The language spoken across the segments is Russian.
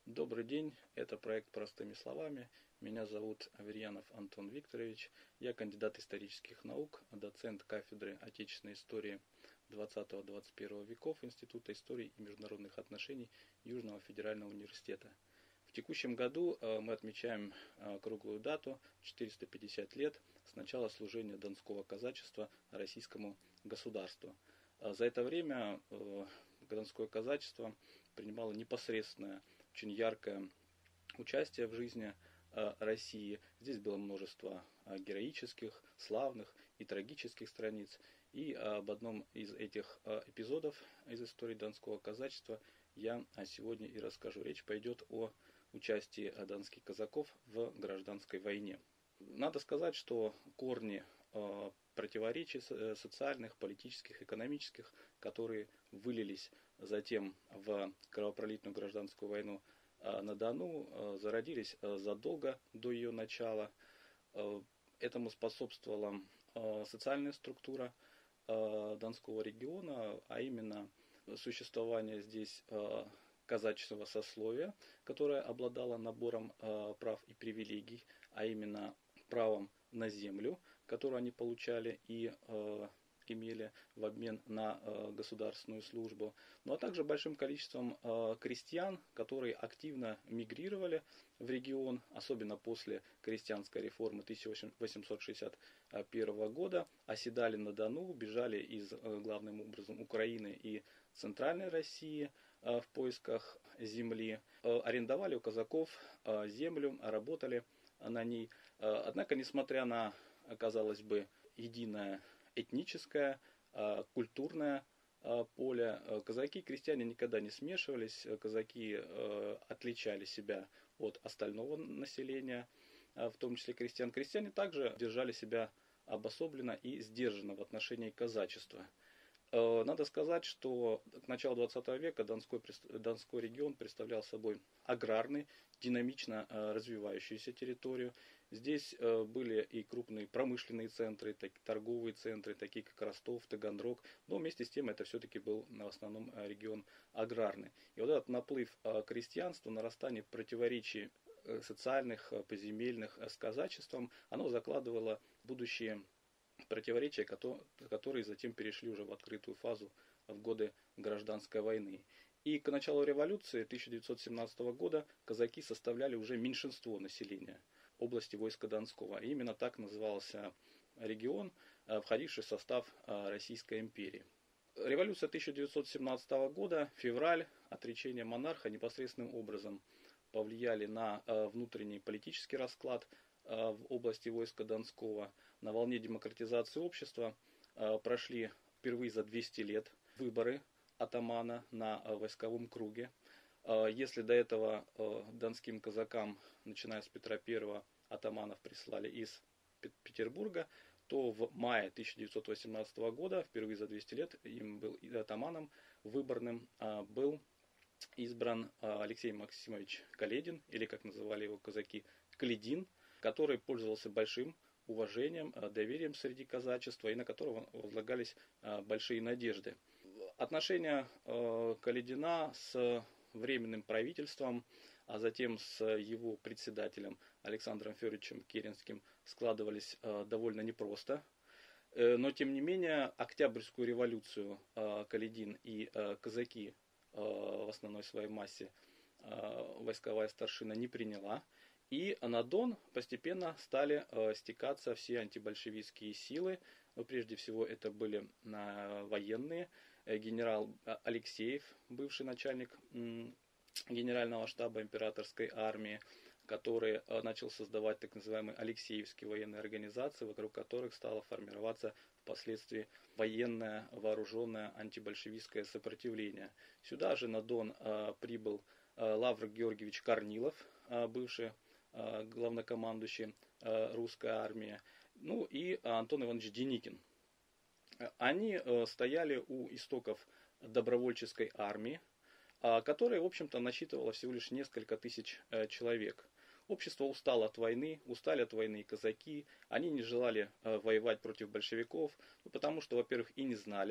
Добрый день, это проект «Простыми словами». Меня зовут Аверьянов Антон Викторович. Я кандидат исторических наук, доцент кафедры отечественной истории 20-21 веков Института истории и международных отношений Южного федерального университета. В текущем году мы отмечаем круглую дату, 450 лет с начала служения Донского казачества российскому государству. За это время Донское казачество принимало непосредственное, очень яркое участие в жизни России. Здесь было множество героических, славных и трагических страниц. И об одном из этих эпизодов из истории Донского казачества я сегодня и расскажу. Речь пойдет о участии донских казаков в гражданской войне. Надо сказать, что корни противоречий социальных, политических, экономических, которые вылились затем в кровопролитную гражданскую войну на Дону, зародились задолго до ее начала. Этому способствовала социальная структура Донского региона, а именно существование здесь казачьего сословия, которое обладало набором прав и привилегий, а именно правом на землю, которую они получали и имели в обмен на государственную службу, ну а также большим количеством крестьян, которые активно мигрировали в регион, особенно после крестьянской реформы 1861 года, оседали на Дону, бежали из, главным образом, Украины и Центральной России в поисках земли, арендовали у казаков землю, работали на ней. Однако, несмотря на, казалось бы, единое этническое, культурное поле, казаки и крестьяне никогда не смешивались, казаки отличали себя от остального населения, в том числе крестьян. Крестьяне также держали себя обособленно и сдержанно в отношении казачества. Надо сказать, что к началу 20 века Донской регион представлял собой аграрный, динамично развивающуюся территорию. Здесь были и крупные промышленные центры, торговые центры, такие как Ростов, Таганрог, но вместе с тем это все-таки был в основном регион аграрный. И вот этот наплыв крестьянства, нарастание противоречий социальных, поземельных с казачеством, оно закладывало будущее противоречия, которые затем перешли уже в открытую фазу в годы гражданской войны. И к началу революции 1917 года казаки составляли уже меньшинство населения области войска Донского. И именно так назывался регион, входивший в состав Российской империи. Революция 1917 года, февраль, отречение монарха непосредственным образом повлияли на внутренний политический расклад в области войска Донского. На волне демократизации общества прошли впервые за 200 лет выборы атамана на войсковом круге. Если до этого донским казакам, начиная с Петра I, атаманов прислали из Петербурга, то в мае 1918 года, впервые за 200 лет, им был атаманом выборным был избран Алексей Максимович Каледин, или как называли его казаки, Каледин, который пользовался большим уважением, доверием среди казачества и на которого возлагались большие надежды. Отношения Каледина с Временным правительством, а затем с его председателем Александром Федоровичем Керенским складывались довольно непросто. Но тем не менее Октябрьскую революцию Каледин и казаки в основной своей массе войсковая старшина не приняла. И на Дон постепенно стали стекаться все антибольшевистские силы. Но прежде всего это были военные. Генерал Алексеев, бывший начальник генерального штаба императорской армии, который начал создавать так называемые Алексеевские военные организации, вокруг которых стало формироваться впоследствии военное вооруженное антибольшевистское сопротивление. Сюда же на Дон прибыл Лавр Георгиевич Корнилов, бывший главнокомандующий русской армии, ну и Антон Иванович Деникин. Они стояли у истоков добровольческой армии, которая, в общем-то, насчитывала всего лишь несколько тысяч человек. Общество устало от войны, устали от войны и казаки, они не желали воевать против большевиков, потому что, во-первых, и не знали,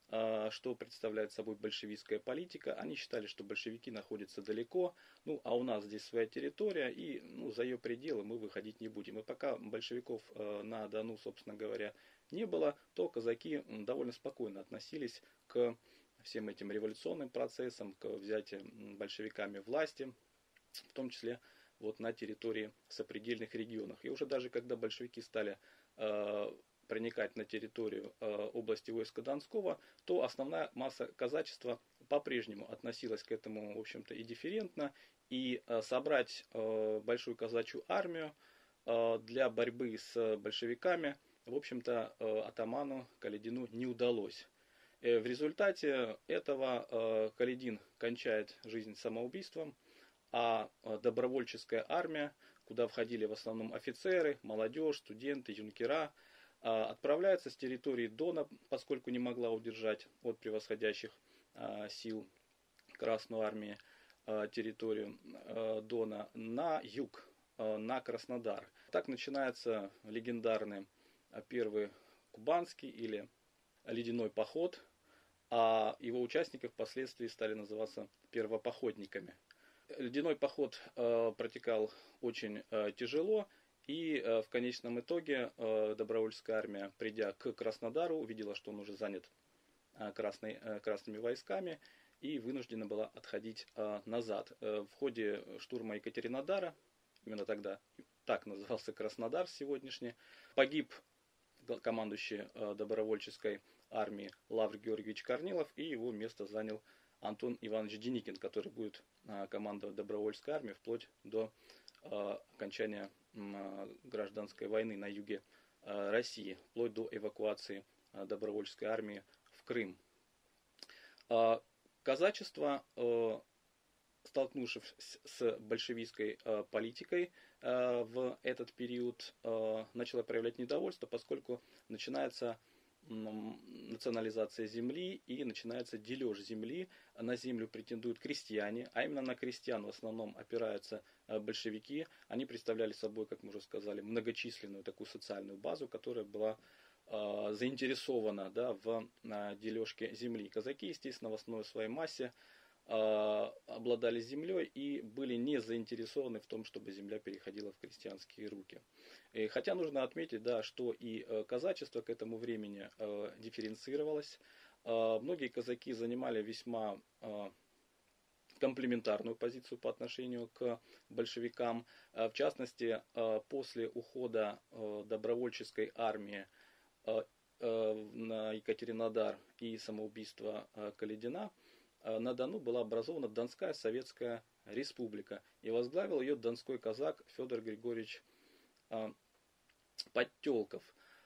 что представляет собой большевистская политика. Они считали, что большевики находятся далеко, ну а у нас здесь своя территория, и за ее пределы мы выходить не будем. И пока большевиков на Дону, собственно говоря, не было, то казаки довольно спокойно относились к всем этим революционным процессам, к взятию большевиками власти, в том числе на территории сопредельных регионах. И уже даже когда большевики стали проникать на территорию области войска Донского, то основная масса казачества по-прежнему относилась к этому, в общем-то, индифферентно, и собрать большую казачью армию для борьбы с большевиками, в общем-то, атаману Каледину не удалось. В результате этого Каледин кончает жизнь самоубийством, а добровольческая армия, куда входили в основном офицеры, молодежь, студенты, юнкера, отправляется с территории Дона, поскольку не могла удержать от превосходящих сил Красной армии территорию Дона, на юг, на Краснодар. Так начинается легендарный первый кубанский или ледяной поход, а его участники впоследствии стали называться первопоходниками. Ледяной поход протекал очень тяжело, и в конечном итоге добровольческая армия, придя к Краснодару, увидела, что он уже занят красными войсками, и вынуждена была отходить назад. В ходе штурма Екатеринодара, именно тогда так назывался Краснодар сегодняшний, погиб командующий добровольческой армией Лавр Георгиевич Корнилов, и его место занял Антон Иванович Деникин, который будет командовать добровольческой армией вплоть до окончания гражданской войны на юге России, вплоть до эвакуации добровольческой армии в Крым. Казачество, столкнувшись с большевистской политикой в этот период, начало проявлять недовольство, поскольку начинается национализация земли и начинается дележ земли. На землю претендуют крестьяне, а именно на крестьян в основном опираются большевики. Они представляли собой, как мы уже сказали, многочисленную такую социальную базу, которая была заинтересована в дележке земли. Казаки, естественно, в основной своей массе обладали землей и были не заинтересованы в том, чтобы земля переходила в крестьянские руки. И хотя нужно отметить, что и казачество к этому времени дифференцировалось. Многие казаки занимали весьма комплементарную позицию по отношению к большевикам. В частности, после ухода добровольческой армии на Екатеринодар и самоубийства Каледина, на Дону была образована Донская Советская Республика. И возглавил ее донской казак Федор Григорьевич Подтелков.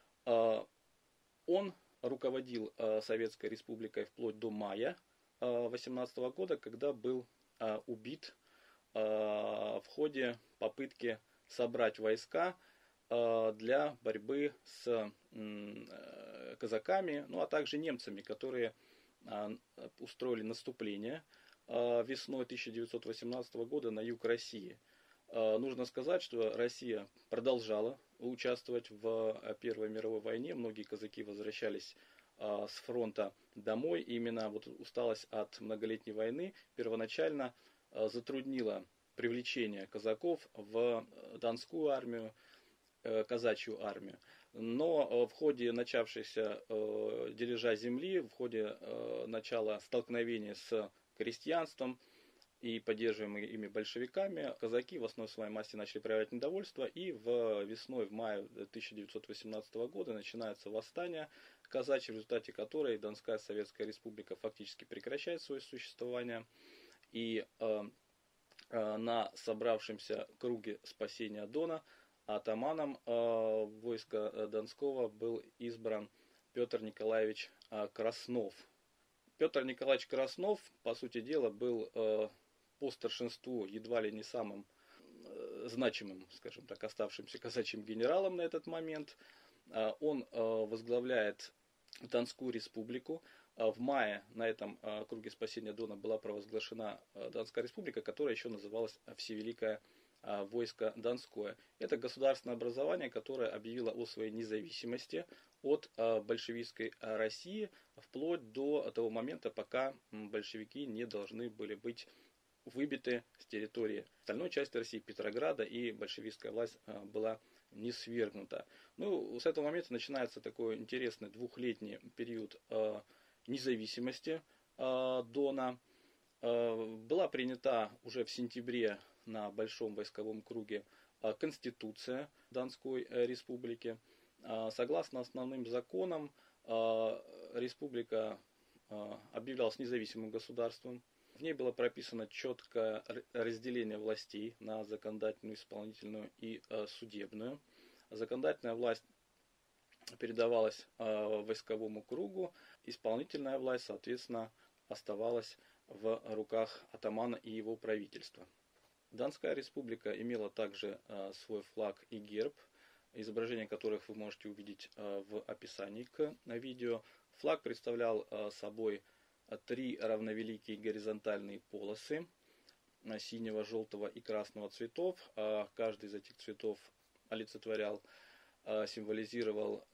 Он руководил Советской Республикой вплоть до мая 18 года, когда был убит в ходе попытки собрать войска для борьбы с казаками, а также немцами, которые устроили наступление весной 1918 года на юг России. Нужно сказать, что Россия продолжала участвовать в Первой мировой войне. Многие казаки возвращались с фронта домой. И именно усталость от многолетней войны первоначально затруднила привлечение казаков в Донскую армию, казачью армию. Но в ходе начавшейся дележа земли, в ходе начала столкновения с крестьянством и поддерживаемыми ими большевиками, казаки в основной своей массе начали проявлять недовольство, и весной, в мае 1918 года начинается восстание казачье, в результате которой Донская Советская Республика фактически прекращает свое существование, и на собравшемся круге спасения Дона атаманом войска Донского был избран Петр Николаевич Краснов. Петр Николаевич Краснов, по сути дела, был по старшинству едва ли не самым значимым, скажем так, оставшимся казачьим генералом на этот момент. Он возглавляет Донскую республику. В мае на этом круге спасения Дона была провозглашена Донская республика, которая еще называлась Всевеликая войско Донское. Это государственное образование, которое объявило о своей независимости от большевистской России вплоть до того момента, пока большевики не должны были быть выбиты с территории остальной части России, Петрограда, и большевистская власть была не свергнута. Ну, с этого момента начинается такой интересный двухлетний период независимости Дона. Была принята уже в сентябре на Большом войсковом круге Конституция Донской республики. Согласно основным законам, республика объявлялась независимым государством. В ней было прописано четкое разделение властей на законодательную, исполнительную и судебную. Законодательная власть передавалась войсковому кругу, исполнительная власть, соответственно, оставалась в руках атамана и его правительства. Донская республика имела также свой флаг и герб, изображения которых вы можете увидеть в описании к видео. Флаг представлял собой 3 равновеликие горизонтальные полосы синего, желтого и красного цветов. Каждый из этих цветов олицетворял, символизировал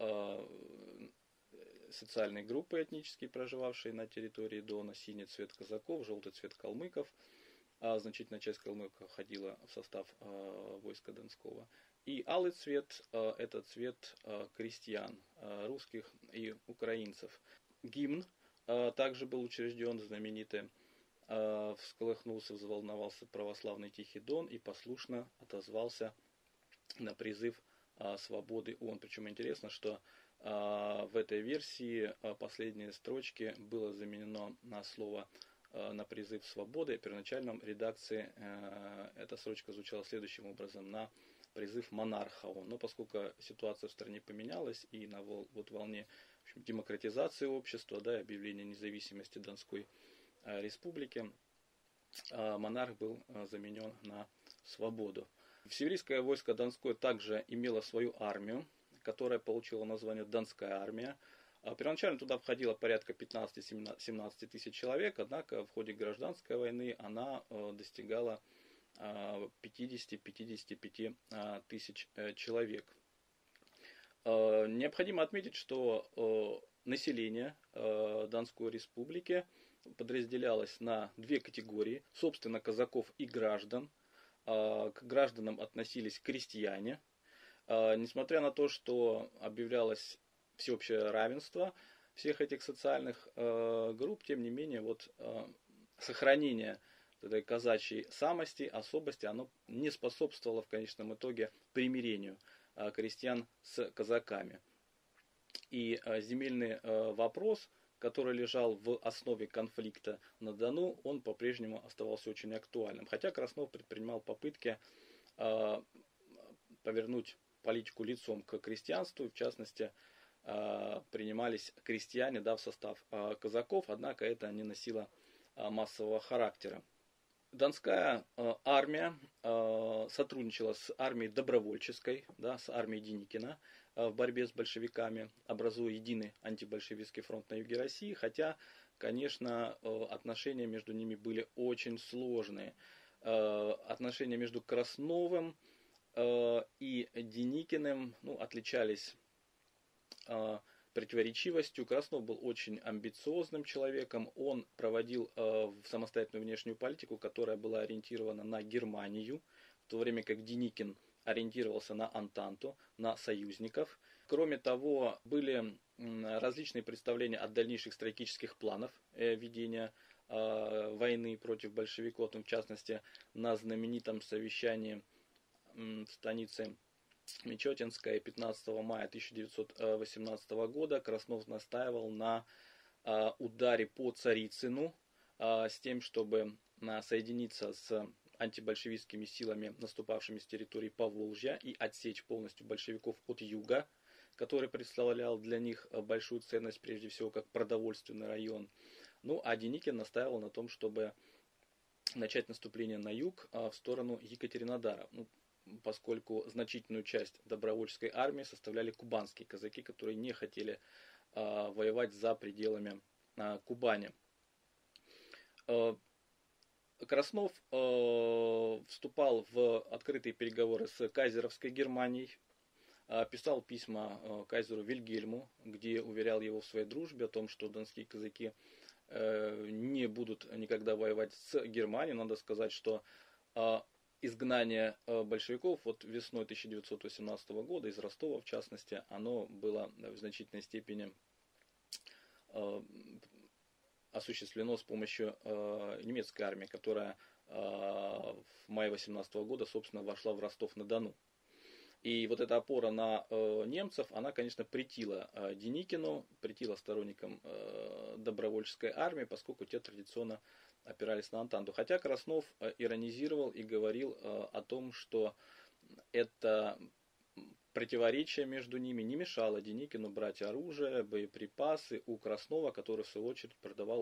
социальные группы этнические, проживавшие на территории Дона. Синий цвет казаков, желтый цвет калмыков. Значительная часть калмыков входила в состав войска Донского. И алый цвет – это цвет крестьян, русских и украинцев. Гимн также был учрежден, знаменитый. Всколыхнулся, взволновался православный Тихий Дон и послушно отозвался на призыв свободы ООН. Причем интересно, что в этой версии последние строчки было заменено на слово на призыв свободы. В первоначальном редакции эта строчка звучала следующим образом: на призыв монарха ООН. Но поскольку ситуация в стране поменялась и на волне демократизации общества, да, объявления независимости Донской республики, монарх был заменен на свободу. Северийское войско Донское также имело свою армию, которая получила название Донская армия. Первоначально туда входило порядка 15-17 тысяч человек, однако в ходе гражданской войны она достигала 50-55 тысяч человек. Необходимо отметить, что население Донской республики подразделялось на 2 категории, собственно, казаков и граждан. К гражданам относились крестьяне. Несмотря на то, что объявлялось всеобщее равенство всех этих социальных групп, тем не менее, сохранение этой казачьей самости, особости, оно не способствовало в конечном итоге примирению крестьян с казаками. И земельный вопрос, который лежал в основе конфликта на Дону, он по-прежнему оставался очень актуальным. Хотя Краснов предпринимал попытки повернуть политику лицом к крестьянству, в частности, принимались крестьяне, да, в состав казаков, однако это не носило массового характера. Донская армия сотрудничала с армией добровольческой, да, с армией Деникина в борьбе с большевиками, образуя единый антибольшевистский фронт на юге России, хотя, конечно, отношения между ними были очень сложные. Отношения между Красновым и Деникиным отличались противоречивостью. Краснов был очень амбициозным человеком. Он проводил самостоятельную внешнюю политику, которая была ориентирована на Германию, в то время как Деникин ориентировался на Антанту, на союзников. Кроме того, были различные представления о дальнейших стратегических планах ведения войны против большевиков, в частности, на знаменитом совещании в станице Мечетинская 15 мая 1918 года Краснов настаивал на ударе по Царицыну с тем, чтобы соединиться с антибольшевистскими силами, наступавшими с территории Поволжья, и отсечь полностью большевиков от юга, который представлял для них большую ценность, прежде всего, как продовольственный район. А Деникин настаивал на том, чтобы начать наступление на юг в сторону Екатеринодара, поскольку значительную часть добровольческой армии составляли кубанские казаки, которые не хотели воевать за пределами Кубани. Краснов в вступал в открытые переговоры с кайзеровской Германией, писал письма кайзеру Вильгельму, где уверял его в своей дружбе о том, что донские казаки не будут никогда воевать с Германией. Надо сказать, что изгнание большевиков вот весной 1918 года из Ростова, в частности, оно было в значительной степени осуществлено с помощью немецкой армии, которая в мае 18 года, собственно, вошла в Ростов-на-Дону. И вот эта опора на немцев, она, конечно, претила Деникину, претила сторонникам добровольческой армии, поскольку те традиционно опирались на Антанту. Хотя Краснов иронизировал и говорил о том, что это противоречие между ними не мешало Деникину брать оружие, боеприпасы у Краснова, который в свою очередь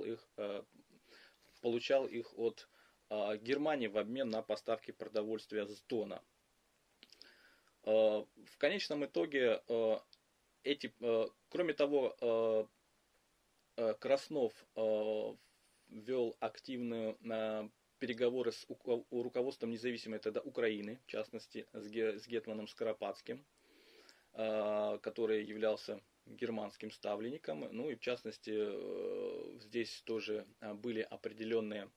получал их от Германии в обмен на поставки продовольствия с Дона. В конечном итоге, кроме того, Краснов вел активные переговоры с руководством независимой тогда Украины, в частности с гетманом Скоропадским, который являлся германским ставленником. Ну и в частности здесь тоже были определенные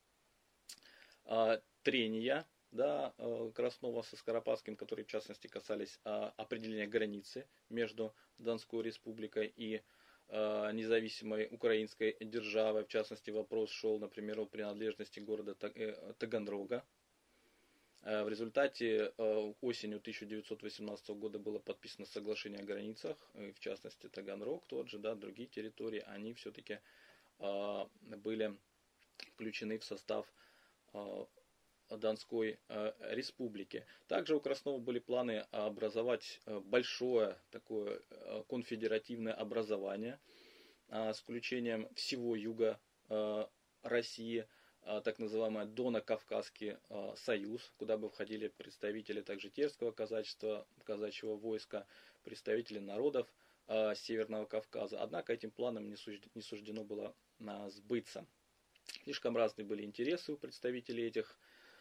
трения, да, Краснова со Скоропадским, которые в частности касались определения границы между Донской республикой и независимой украинской державой. В частности, вопрос шел, например, о принадлежности города Таганрога. В результате осенью 1918 года было подписано соглашение о границах, в частности Таганрог тот же, да, другие территории, они все-таки были включены в состав Донской республики. Также у Краснова были планы образовать большое такое конфедеративное образование с включением всего юга России, так называемый Доно-Кавказский союз, куда бы входили представители также терского казачества, казачьего войска, представители народов Северного Кавказа. Однако этим планам не суждено было сбыться. Слишком разные были интересы у представителей этих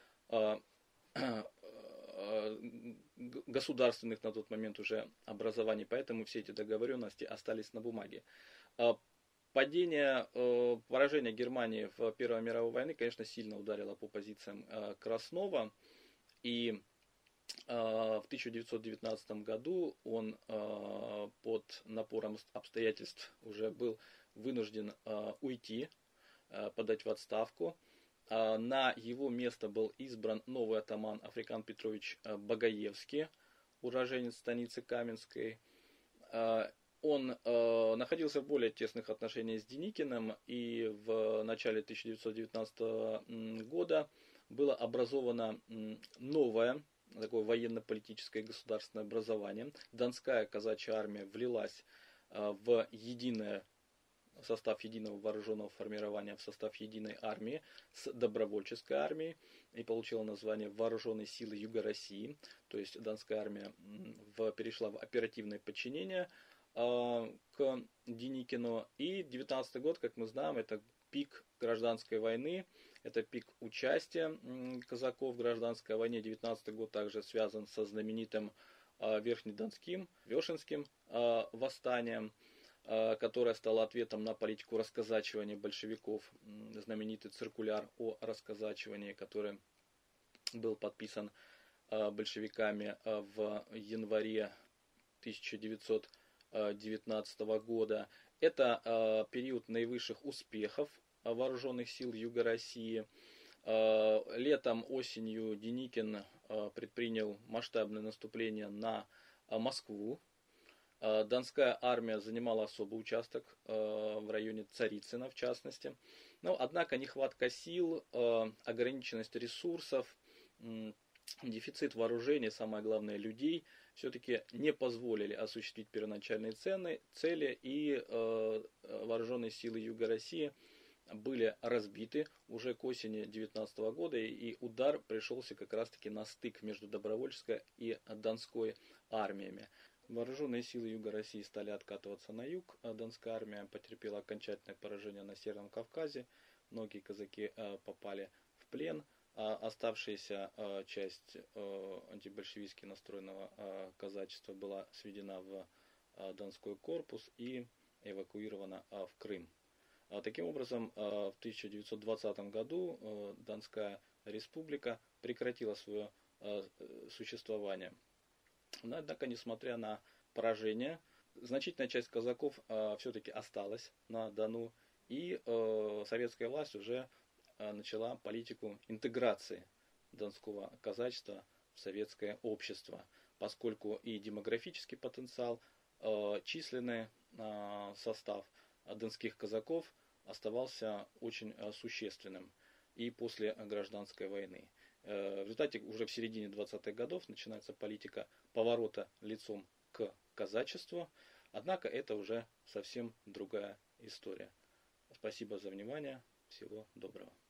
государственных на тот момент уже образований, поэтому все эти договоренности остались на бумаге. Поражение Германии в Первой мировой войне, конечно, сильно ударило по позициям Краснова, и в 1919 году он под напором обстоятельств уже был вынужден уйти, подать в отставку. На его место был избран новый атаман Африкан Петрович Багаевский, уроженец станицы Каменской. Он находился в более тесных отношениях с Деникиным, и в начале 1919 года было образовано новое такое военно-политическое государственное образование. Донская казачья армия влилась в состав единого вооруженного формирования, в состав единой армии с добровольческой армией и получила название Вооруженные силы Юга России. То есть Донская армия перешла в оперативное подчинение к Деникину. И 19 год, как мы знаем, это пик гражданской войны, это пик участия казаков в гражданской войне. 19 год также связан со знаменитым Верхнедонским, Вешенским восстанием, которое стало ответом на политику расказачивания большевиков, знаменитый циркуляр о расказачивании, который был подписан большевиками в январе 1919 года. Это период наивысших успехов вооруженных сил Юга России. Летом, осенью Деникин предпринял масштабное наступление на Москву. Донская армия занимала особый участок в районе Царицына, в частности. Но, однако, нехватка сил, ограниченность ресурсов, дефицит вооружения, самое главное, людей, все-таки не позволили осуществить первоначальные цели, и вооруженные силы Юга России были разбиты уже к осени 19 года, и удар пришелся как раз-таки на стык между добровольческой и Донской армиями. Вооруженные силы Юга России стали откатываться на юг, а Донская армия потерпела окончательное поражение на Северном Кавказе, многие казаки попали в плен, оставшаяся часть антибольшевистски настроенного казачества была сведена в Донской корпус и эвакуирована в Крым. Таким образом, в 1920 году Донская республика прекратила свое существование. Но, однако, несмотря на поражение, значительная часть казаков все-таки осталась на Дону, и советская власть уже начала политику интеграции донского казачества в советское общество, поскольку и демографический потенциал, численный состав донских казаков оставался очень существенным и после гражданской войны. В результате уже в середине 20-х годов начинается политика поворота лицом к казачеству, однако это уже совсем другая история. Спасибо за внимание, всего доброго.